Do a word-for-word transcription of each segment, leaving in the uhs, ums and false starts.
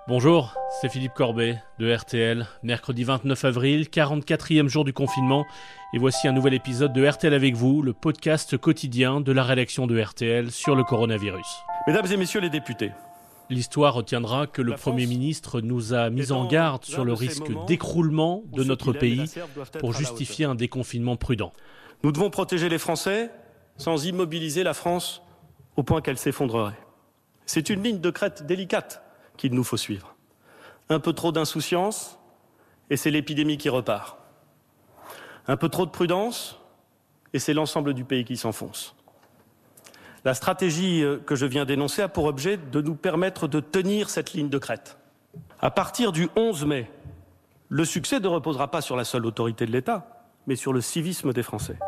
Bonjour, c'est Philippe Corbet de R T L. Mercredi vingt-neuf avril, quarante-quatrième jour du confinement. Et voici un nouvel épisode de R T L avec vous, le podcast quotidien de la rédaction de R T L sur le coronavirus. Mesdames et messieurs les députés, l'histoire retiendra que le Premier ministre nous a mis en garde sur le risque d'écroulement de notre pays pour justifier un déconfinement prudent. Nous devons protéger les Français sans immobiliser la France au point qu'elle s'effondrerait. C'est une ligne de crête délicate qu'il nous faut suivre. Un peu trop d'insouciance, et c'est l'épidémie qui repart. Un peu trop de prudence, et c'est l'ensemble du pays qui s'enfonce. La stratégie que je viens d'énoncer a pour objet de nous permettre de tenir cette ligne de crête. À partir du onze mai, le succès ne reposera pas sur la seule autorité de l'État, mais sur le civisme des Français.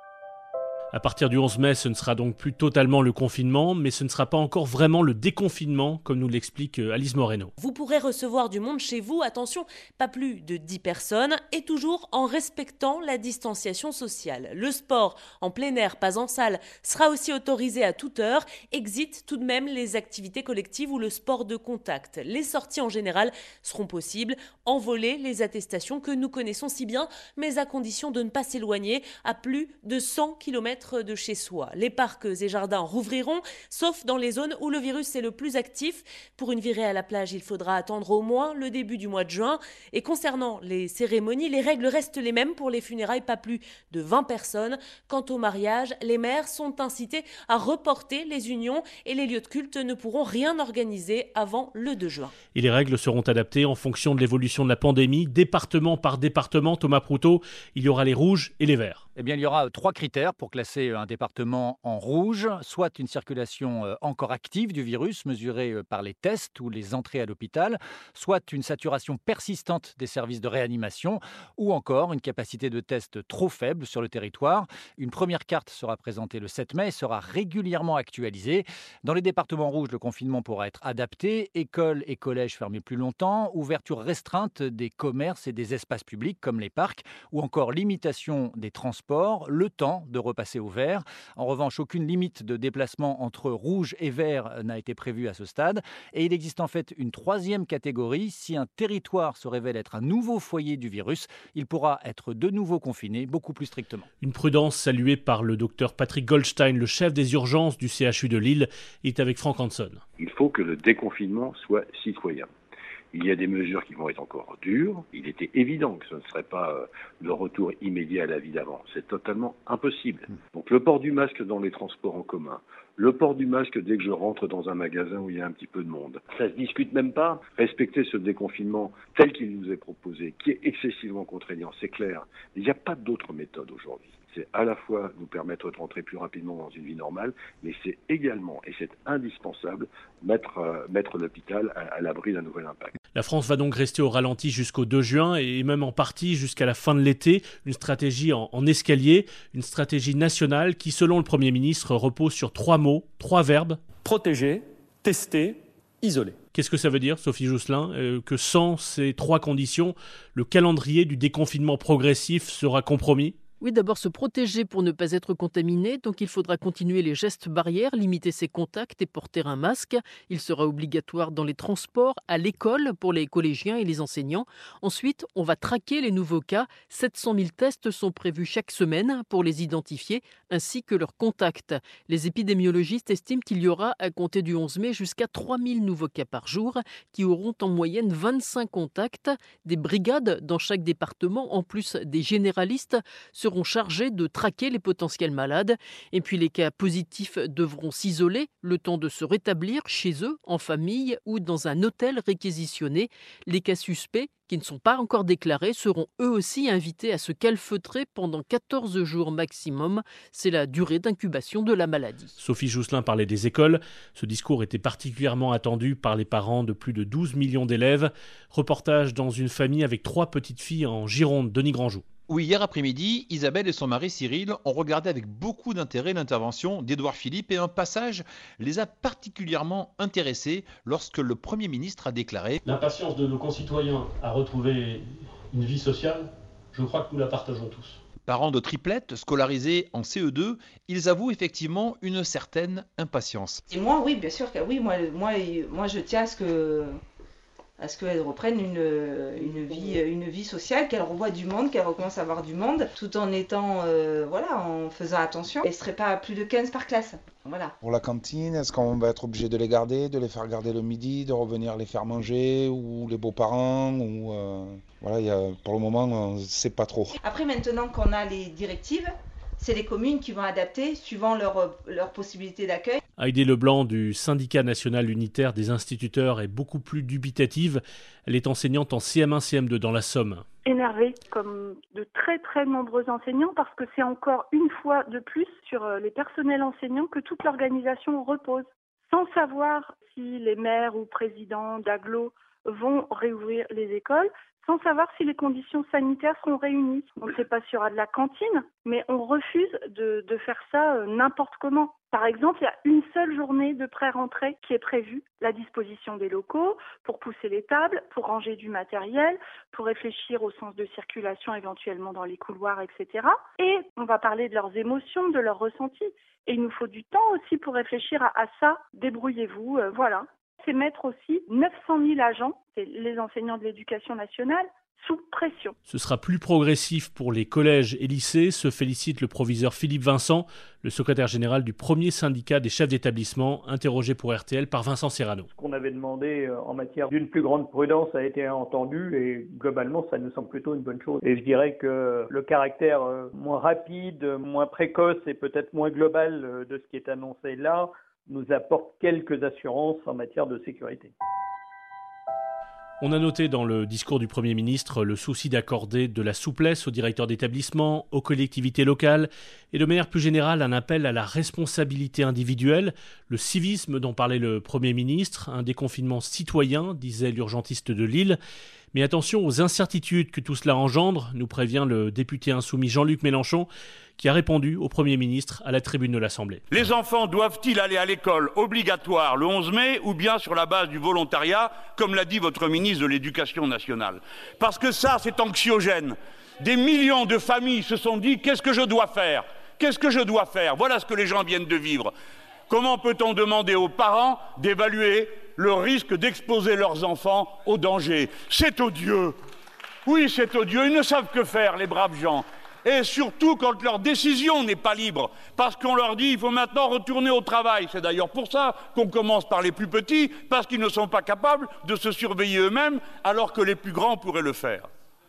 À partir du onze mai, ce ne sera donc plus totalement le confinement, mais ce ne sera pas encore vraiment le déconfinement, comme nous l'explique Alice Moreno. Vous pourrez recevoir du monde chez vous, attention, pas plus de dix personnes, et toujours en respectant la distanciation sociale. Le sport, en plein air, pas en salle, sera aussi autorisé à toute heure. Exit tout de même les activités collectives ou le sport de contact. Les sorties en général seront possibles. Envoler les attestations que nous connaissons si bien, mais à condition de ne pas s'éloigner à plus de cent kilomètres de chez soi. Les parcs et jardins rouvriront, sauf dans les zones où le virus est le plus actif. Pour une virée à la plage, il faudra attendre au moins le début du mois de juin. Et concernant les cérémonies, les règles restent les mêmes pour les funérailles, pas plus de vingt personnes. Quant au mariage, les maires sont incités à reporter les unions et les lieux de culte ne pourront rien organiser avant le deux juin. Et les règles seront adaptées en fonction de l'évolution de la pandémie, département par département. Thomas Proutot, il y aura les rouges et les verts. Eh bien, il y aura trois critères pour classer un département en rouge, soit une circulation encore active du virus mesurée par les tests ou les entrées à l'hôpital, soit une saturation persistante des services de réanimation, ou encore une capacité de test trop faible sur le territoire. Une première carte sera présentée le sept mai et sera régulièrement actualisée. Dans les départements rouges, le confinement pourra être adapté, écoles et collèges fermés plus longtemps, ouverture restreinte des commerces et des espaces publics comme les parcs, ou encore limitation des transports, le temps de repasser au vert. En revanche, aucune limite de déplacement entre rouge et vert n'a été prévue à ce stade. Et il existe en fait une troisième catégorie. Si un territoire se révèle être un nouveau foyer du virus, il pourra être de nouveau confiné beaucoup plus strictement. Une prudence saluée par le docteur Patrick Goldstein, le chef des urgences du C H U de Lille, est avec Franck Hanson. Il faut que le déconfinement soit citoyen. Il y a des mesures qui vont être encore dures. Il était évident que ce ne serait pas euh, le retour immédiat à la vie d'avant. C'est totalement impossible. Donc le port du masque dans les transports en commun, le port du masque dès que je rentre dans un magasin où il y a un petit peu de monde, ça se discute même pas. Respecter ce déconfinement tel qu'il nous est proposé, qui est excessivement contraignant, c'est clair. Il n'y a pas d'autre méthode aujourd'hui. C'est à la fois nous permettre de rentrer plus rapidement dans une vie normale, mais c'est également, et c'est indispensable, mettre, euh, mettre l'hôpital à, à l'abri d'un nouvel impact. La France va donc rester au ralenti jusqu'au deux juin et même en partie jusqu'à la fin de l'été. Une stratégie en, en escalier, une stratégie nationale qui, selon le Premier ministre, repose sur trois mots, trois verbes. Protéger, tester, isoler. Qu'est-ce que ça veut dire, Sophie Jousselin, euh, que sans ces trois conditions, le calendrier du déconfinement progressif sera compromis ? Oui, d'abord se protéger pour ne pas être contaminé, donc il faudra continuer les gestes barrières, limiter ses contacts et porter un masque. Il sera obligatoire dans les transports, à l'école pour les collégiens et les enseignants. Ensuite, on va traquer les nouveaux cas. sept cent mille tests sont prévus chaque semaine pour les identifier, ainsi que leurs contacts. Les épidémiologistes estiment qu'il y aura, à compter du onze mai, jusqu'à trois mille nouveaux cas par jour, qui auront en moyenne vingt-cinq contacts. Des brigades dans chaque département, en plus des généralistes, seront chargés de traquer les potentiels malades. Et puis les cas positifs devront s'isoler le temps de se rétablir chez eux, en famille ou dans un hôtel réquisitionné. Les cas suspects qui ne sont pas encore déclarés seront eux aussi invités à se calfeutrer pendant quatorze jours maximum. C'est la durée d'incubation de la maladie. Sophie Jousselin parlait des écoles. Ce discours était particulièrement attendu par les parents de plus de douze millions d'élèves. Reportage dans une famille avec trois petites filles en Gironde. Denis Grandjou. Oui, hier après-midi, Isabelle et son mari Cyril ont regardé avec beaucoup d'intérêt l'intervention d'Édouard Philippe et un passage les a particulièrement intéressés lorsque le Premier ministre a déclaré « L'impatience de nos concitoyens à retrouver une vie sociale, je crois que nous la partageons tous. » Parents de triplettes scolarisés en C E deux, ils avouent effectivement une certaine impatience. Et moi, oui, bien sûr que oui, moi, moi, moi je tiens à ce que... à ce qu'elles reprennent une, une, vie, une vie sociale, qu'elles revoient du monde, qu'elles recommencent à voir du monde, tout en étant, euh, voilà, en faisant attention. Elles ne seraient pas à plus de quinze par classe. Voilà. Pour la cantine, est-ce qu'on va être obligé de les garder, de les faire garder le midi, de revenir les faire manger, ou les beaux-parents ou euh... Voilà, y a, pour le moment, on ne sait pas trop. Après, maintenant qu'on a les directives, c'est les communes qui vont adapter suivant leurs leur possibilités d'accueil. Heidi Leblanc du syndicat national unitaire des instituteurs est beaucoup plus dubitative. Elle est enseignante en C M un C M deux dans la Somme. Énervée, comme de très très nombreux enseignants, parce que c'est encore une fois de plus sur les personnels enseignants que toute l'organisation repose. Sans savoir si les maires ou présidents d'agglo vont réouvrir les écoles, sans savoir si les conditions sanitaires seront réunies. On ne sait pas s'il y aura de la cantine, mais on refuse de, de faire ça euh, n'importe comment. Par exemple, il y a une seule journée de pré-rentrée qui est prévue, la disposition des locaux, pour pousser les tables, pour ranger du matériel, pour réfléchir au sens de circulation éventuellement dans les couloirs, et cetera. Et on va parler de leurs émotions, de leurs ressentis. Et il nous faut du temps aussi pour réfléchir à, à ça. Débrouillez-vous, euh, voilà. C'est mettre aussi neuf cent mille agents, c'est les enseignants de l'éducation nationale, sous pression. Ce sera plus progressif pour les collèges et lycées, se félicite le proviseur Philippe Vincent, le secrétaire général du premier syndicat des chefs d'établissement, interrogé pour R T L par Vincent Serrano. Ce qu'on avait demandé en matière d'une plus grande prudence a été entendu et globalement ça nous semble plutôt une bonne chose. Et je dirais que le caractère moins rapide, moins précoce et peut-être moins global de ce qui est annoncé là nous apporte quelques assurances en matière de sécurité. On a noté dans le discours du Premier ministre le souci d'accorder de la souplesse aux directeurs d'établissement, aux collectivités locales et de manière plus générale un appel à la responsabilité individuelle, le civisme dont parlait le Premier ministre, un déconfinement citoyen, disait l'urgentiste de Lille. Mais attention aux incertitudes que tout cela engendre, nous prévient le député insoumis Jean-Luc Mélenchon, qui a répondu au Premier ministre à la tribune de l'Assemblée. Les enfants doivent-ils aller à l'école obligatoire le onze mai ou bien sur la base du volontariat, comme l'a dit votre ministre de l'Éducation nationale? Parce que ça, c'est anxiogène. Des millions de familles se sont dit « qu'est-ce que je dois faire ? Qu'est-ce que je dois faire ?» Voilà ce que les gens viennent de vivre. Comment peut-on demander aux parents d'évaluer le risque d'exposer leurs enfants au danger? C'est odieux. Oui, c'est odieux. Ils ne savent que faire, les braves gens. Et surtout quand leur décision n'est pas libre. Parce qu'on leur dit il faut maintenant retourner au travail. C'est d'ailleurs pour ça qu'on commence par les plus petits, parce qu'ils ne sont pas capables de se surveiller eux-mêmes, alors que les plus grands pourraient le faire.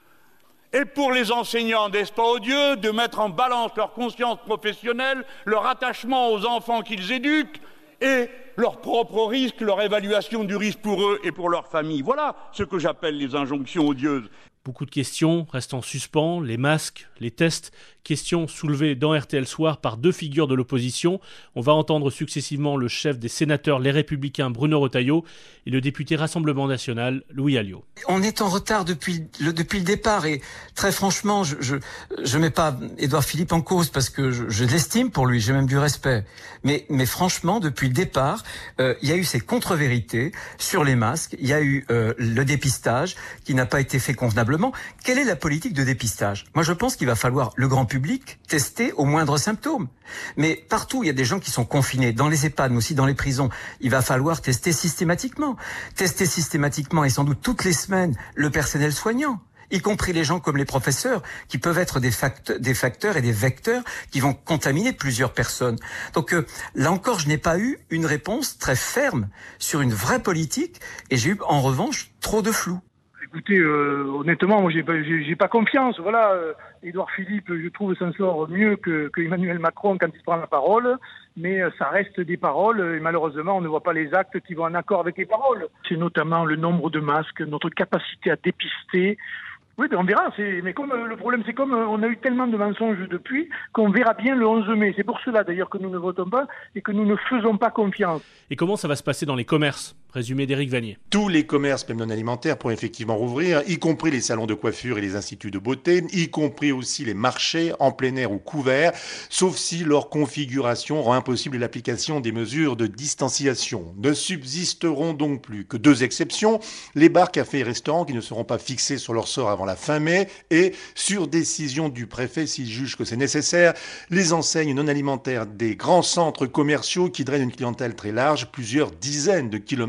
Et pour les enseignants, n'est-ce pas odieux de mettre en balance leur conscience professionnelle, leur attachement aux enfants qu'ils éduquent, et leur propre risque, leur évaluation du risque pour eux et pour leur famille. Voilà ce que j'appelle les injonctions odieuses. Beaucoup de questions restent en suspens, les masques, les tests, questions soulevées dans R T L Soir par deux figures de l'opposition. On va entendre successivement le chef des sénateurs Les Républicains Bruno Retailleau et le député Rassemblement National Louis Alliot. On est en retard depuis le, depuis le départ et très franchement, je je, je mets pas Édouard Philippe en cause parce que je, je l'estime pour lui, j'ai même du respect. Mais, mais franchement, depuis le départ, euh, il y a eu ces contre-vérités sur les masques, il y a eu euh, le dépistage qui n'a pas été fait convenablement. Quelle est la politique de dépistage ? Moi, je pense qu'il va falloir le grand public tester au moindre symptôme. Mais partout, il y a des gens qui sont confinés, dans les EHPAD, mais aussi dans les prisons. Il va falloir tester systématiquement. Tester systématiquement et sans doute toutes les semaines le personnel soignant, y compris les gens comme les professeurs, qui peuvent être des, fact- des facteurs et des vecteurs qui vont contaminer plusieurs personnes. Donc euh, là encore, je n'ai pas eu une réponse très ferme sur une vraie politique et j'ai eu en revanche trop de flou. Écoutez, euh, honnêtement, moi j'ai pas, j'ai, j'ai pas confiance. Voilà, euh, Édouard Philippe, je trouve, s'en sort mieux que, que Emmanuel Macron quand il prend la parole, mais euh, ça reste des paroles et malheureusement, on ne voit pas les actes qui vont en accord avec les paroles. C'est notamment le nombre de masques, notre capacité à dépister. Oui, ben on verra. C'est... Mais comme euh, le problème, c'est comme euh, on a eu tellement de mensonges depuis qu'on verra bien le onze mai. C'est pour cela d'ailleurs que nous ne votons pas et que nous ne faisons pas confiance. Et comment ça va se passer dans les commerces ? Résumé d'Éric Vanier. Tous les commerces, même non alimentaires, pourront effectivement rouvrir, y compris les salons de coiffure et les instituts de beauté, y compris aussi les marchés en plein air ou couverts, sauf si leur configuration rend impossible l'application des mesures de distanciation. Ne subsisteront donc plus que deux exceptions, les bars, cafés et restaurants qui ne seront pas fixés sur leur sort avant la fin mai et, sur décision du préfet s'il juge que c'est nécessaire, les enseignes non alimentaires des grands centres commerciaux qui drainent une clientèle très large, plusieurs dizaines de kilomètres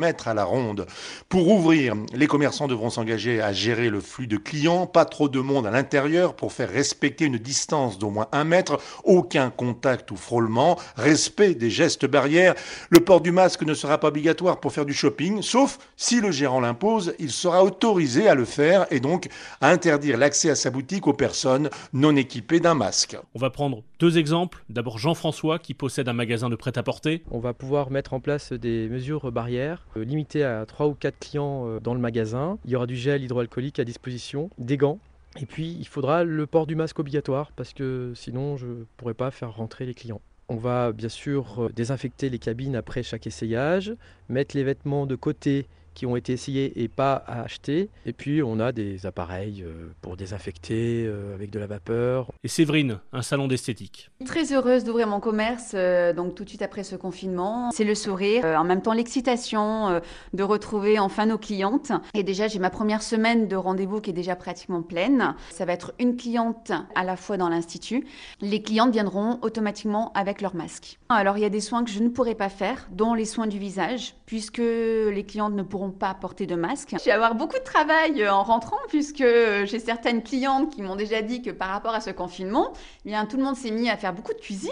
mètres à la ronde. Pour ouvrir, les commerçants devront s'engager à gérer le flux de clients, pas trop de monde à l'intérieur pour faire respecter une distance d'au moins un mètre, aucun contact ou frôlement, respect des gestes barrières. Le port du masque ne sera pas obligatoire pour faire du shopping, sauf si le gérant l'impose, il sera autorisé à le faire et donc à interdire l'accès à sa boutique aux personnes non équipées d'un masque. On va prendre deux exemples. D'abord Jean-François qui possède un magasin de prêt-à-porter. On va pouvoir mettre en place des mesures barrières, euh, limitées à trois ou quatre clients euh, dans le magasin. Il y aura du gel hydroalcoolique à disposition, des gants. Et puis il faudra le port du masque obligatoire parce que sinon je ne pourrai pas faire rentrer les clients. On va bien sûr euh, désinfecter les cabines après chaque essayage, mettre les vêtements de côté qui ont été essayés et pas à acheter. Et puis on a des appareils pour désinfecter avec de la vapeur. Et Séverine, un salon d'esthétique. Très heureuse d'ouvrir mon commerce, euh, donc tout de suite après ce confinement. C'est le sourire, euh, en même temps l'excitation euh, de retrouver enfin nos clientes. Et déjà j'ai ma première semaine de rendez-vous qui est déjà pratiquement pleine. Ça va être une cliente à la fois dans l'institut. Les clientes viendront automatiquement avec leur masque. Alors il y a des soins que je ne pourrai pas faire, dont les soins du visage, puisque les clientes ne pourront pas porter de masque. Je vais avoir beaucoup de travail en rentrant puisque j'ai certaines clientes qui m'ont déjà dit que par rapport à ce confinement, eh bien, tout le monde s'est mis à faire beaucoup de cuisine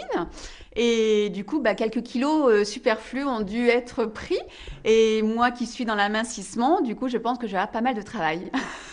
et du coup bah, quelques kilos euh, superflus ont dû être pris et moi qui suis dans l'amincissement, du coup je pense que je vais avoir pas mal de travail.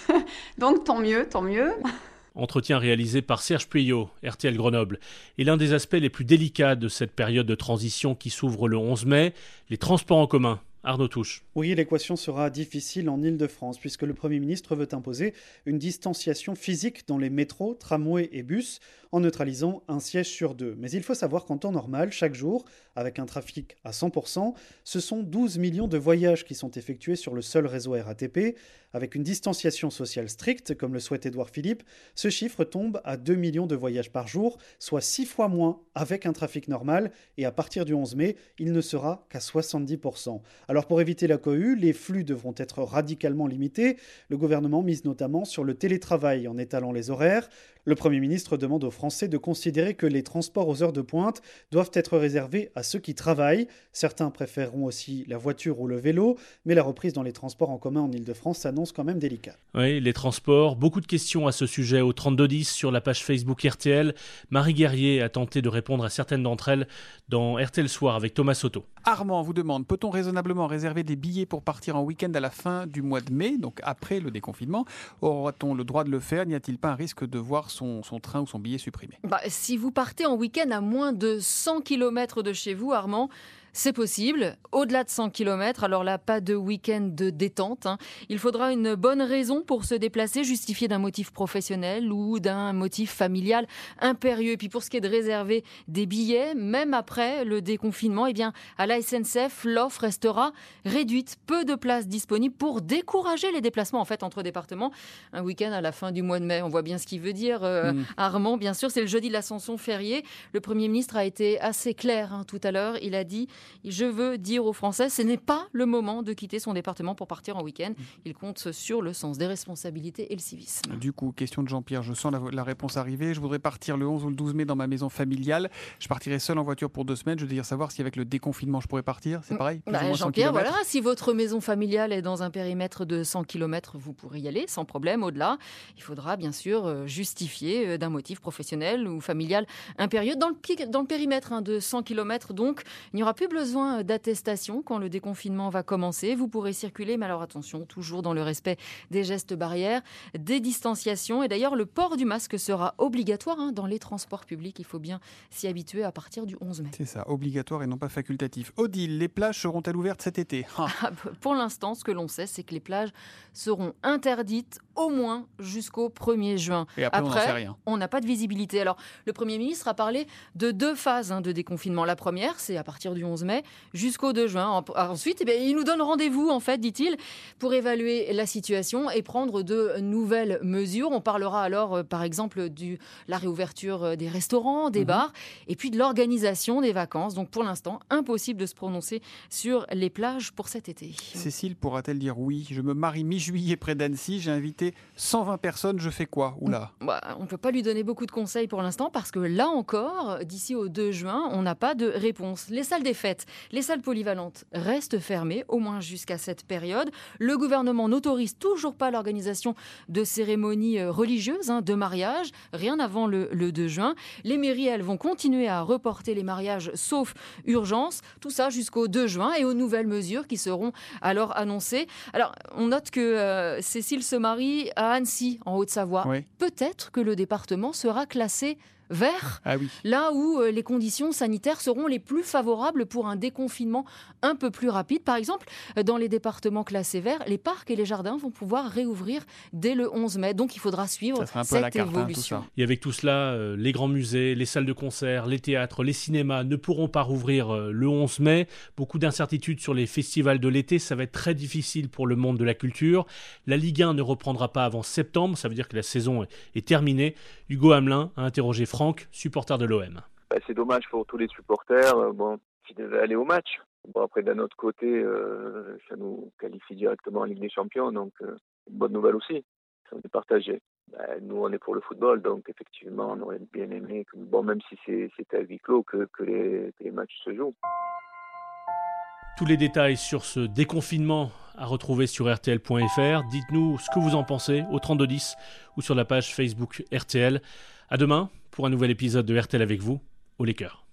Donc tant mieux, tant mieux. Entretien réalisé par Serge Puyot, R T L Grenoble. Et l'un des aspects les plus délicats de cette période de transition qui s'ouvre le onze mai, les transports en commun. Arnaud Touche. Oui, l'équation sera difficile en Île-de-France puisque le Premier ministre veut imposer une distanciation physique dans les métros, tramways et bus en neutralisant un siège sur deux. Mais il faut savoir qu'en temps normal, chaque jour, avec un trafic à cent pour cent, ce sont douze millions de voyages qui sont effectués sur le seul réseau R A T P. Avec une distanciation sociale stricte, comme le souhaite Édouard Philippe, ce chiffre tombe à deux millions de voyages par jour, soit six fois moins avec un trafic normal. Et à partir du onze mai, il ne sera qu'à soixante-dix pour cent. Alors pour éviter la cohue, les flux devront être radicalement limités. Le gouvernement mise notamment sur le télétravail en étalant les horaires. Le Premier ministre demande aux Français de considérer que les transports aux heures de pointe doivent être réservés à ceux qui travaillent. Certains préféreront aussi la voiture ou le vélo, mais la reprise dans les transports en commun en Île-de-France s'annonce quand même délicate. Oui, les transports, beaucoup de questions à ce sujet au trente-deux dix sur la page Facebook R T L. Marie Guerrier a tenté de répondre à certaines d'entre elles dans R T L Soir avec Thomas Soto. Armand vous demande, peut-on raisonnablement réserver des billets pour partir en week-end à la fin du mois de mai, donc après le déconfinement? Aura-t-on le droit de le faire? N'y a-t-il pas un risque de voir son, son train ou son billet supprimé? Bah, si vous partez en week-end à moins de cent kilomètres de chez vous, Armand, c'est possible. Au-delà de cent kilomètres, alors là, pas de week-end de détente. Hein. Il faudra une bonne raison pour se déplacer, justifiée d'un motif professionnel ou d'un motif familial impérieux. Et puis pour ce qui est de réserver des billets, même après le déconfinement, eh bien, à la S N C F, l'offre restera réduite. Peu de places disponibles pour décourager les déplacements en fait, entre départements. Un week-end à la fin du mois de mai, on voit bien ce qu'il veut dire. Euh, mmh. Armand, bien sûr, c'est le jeudi de l'Ascension férié. Le Premier ministre a été assez clair hein, tout à l'heure. Il a dit... Je veux dire aux Français, ce n'est pas le moment de quitter son département pour partir en week-end. Il compte sur le sens des responsabilités et le civisme. Du coup, question de Jean-Pierre, je sens la, la réponse arriver. Je voudrais partir le onze ou le douze mai dans ma maison familiale. Je partirai seul en voiture pour deux semaines. Je veux dire savoir si avec le déconfinement, je pourrais partir. C'est pareil bah, Jean-Pierre, voilà, si votre maison familiale est dans un périmètre de cent kilomètres, vous pourrez y aller sans problème. Au-delà, il faudra bien sûr justifier d'un motif professionnel ou familial impérieux. Dans le, dans le périmètre hein, de cent kilomètres, donc, il n'y aura plus besoin d'attestation quand le déconfinement va commencer. Vous pourrez circuler, mais alors attention, toujours dans le respect des gestes barrières, des distanciations. Et d'ailleurs, le port du masque sera obligatoire hein, dans les transports publics. Il faut bien s'y habituer à partir du onze mai. C'est ça, obligatoire et non pas facultatif. Odile, les plages seront-elles ouvertes cet été? ah. Pour l'instant, ce que l'on sait, c'est que les plages seront interdites au moins jusqu'au premier juin. Et après, après on n'en sait rien. On n'a pas de visibilité. Alors, le Premier ministre a parlé de deux phases hein, de déconfinement. La première, c'est à partir du onze mai jusqu'au deux juin. Ensuite, eh bien, il nous donne rendez-vous, en fait, dit-il, pour évaluer la situation et prendre de nouvelles mesures. On parlera alors, euh, par exemple, de la réouverture des restaurants, des mmh. bars, et puis de l'organisation des vacances. Donc, pour l'instant, impossible de se prononcer sur les plages pour cet été. Cécile pourra-t-elle dire oui? Je me marie mi-juillet près d'Annecy, j'ai invité cent vingt personnes, je fais quoi? Oula. Bah, on ne peut pas lui donner beaucoup de conseils pour l'instant parce que là encore, d'ici au deux juin, on n'a pas de réponse. Les salles des fêtes fait, les salles polyvalentes restent fermées, au moins jusqu'à cette période. Le gouvernement n'autorise toujours pas l'organisation de cérémonies religieuses, hein, de mariage, rien avant le, le deux juin. Les mairies, elles, vont continuer à reporter les mariages, sauf urgence. Tout ça jusqu'au deux juin et aux nouvelles mesures qui seront alors annoncées. Alors, on note que euh, Cécile se marie à Annecy, en Haute-Savoie. Oui. Peut-être que le département sera classé vert, ah oui. là où euh, les conditions sanitaires seront les plus favorables pour un déconfinement un peu plus rapide. Par exemple, dans les départements classés verts, les parcs et les jardins vont pouvoir réouvrir dès le onze mai. Donc, il faudra suivre cette carte, évolution. Hein, et avec tout cela, euh, les grands musées, les salles de concert, les théâtres, les cinémas ne pourront pas rouvrir euh, le onze mai. Beaucoup d'incertitudes sur les festivals de l'été. Ça va être très difficile pour le monde de la culture. La Ligue un ne reprendra pas avant septembre. Ça veut dire que la saison est, est terminée. Hugo Hamelin a interrogé Franck, supporter de l'O M. Bah, c'est dommage pour tous les supporters euh, bon, qui devaient aller au match. Bon, après, d'un autre côté, euh, ça nous qualifie directement en Ligue des Champions, donc euh, une bonne nouvelle aussi. On est partagé. Bah, nous, on est pour le football, donc effectivement, on aurait bien aimé, que, bon, même si c'est, c'est à huis clos, que, que, les, que les matchs se jouent. Tous les détails sur ce déconfinement à retrouver sur R T L point F R. Dites-nous ce que vous en pensez au trente-deux dix ou sur la page Facebook R T L. À demain pour un nouvel épisode de R T L avec vous, au Laker.